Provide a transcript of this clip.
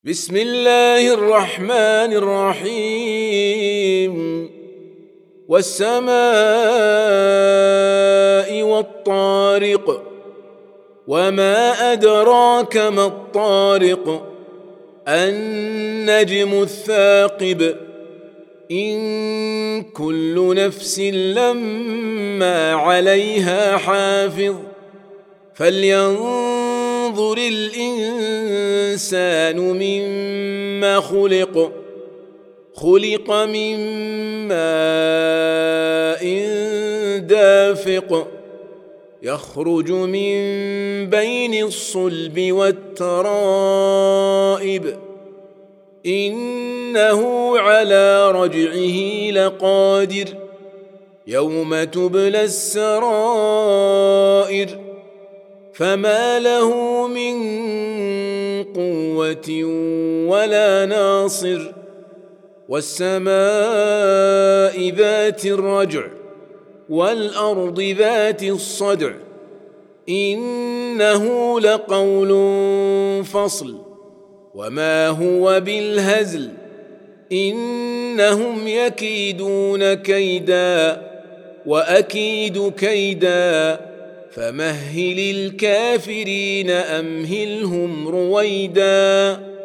بسم الله الرحمن الرحيم والسماء والطارق وما أدراك ما الطارق النجم الثاقب إن كل نفس لما عليها حافظ فلينظر الإنسان مما خلق من ماء دافق يخرج من بين الصلب والترائب إنه على رجعه لقادر يوم تبلى السرائر فما له من قوة ولا ناصر والسماء ذات الرجع والأرض ذات الصدع إنه لقول فصل وما هو بالهزل إنهم يكيدون كيدا وأكيد كيدا فمهل الكافرين أمهلهم رويدا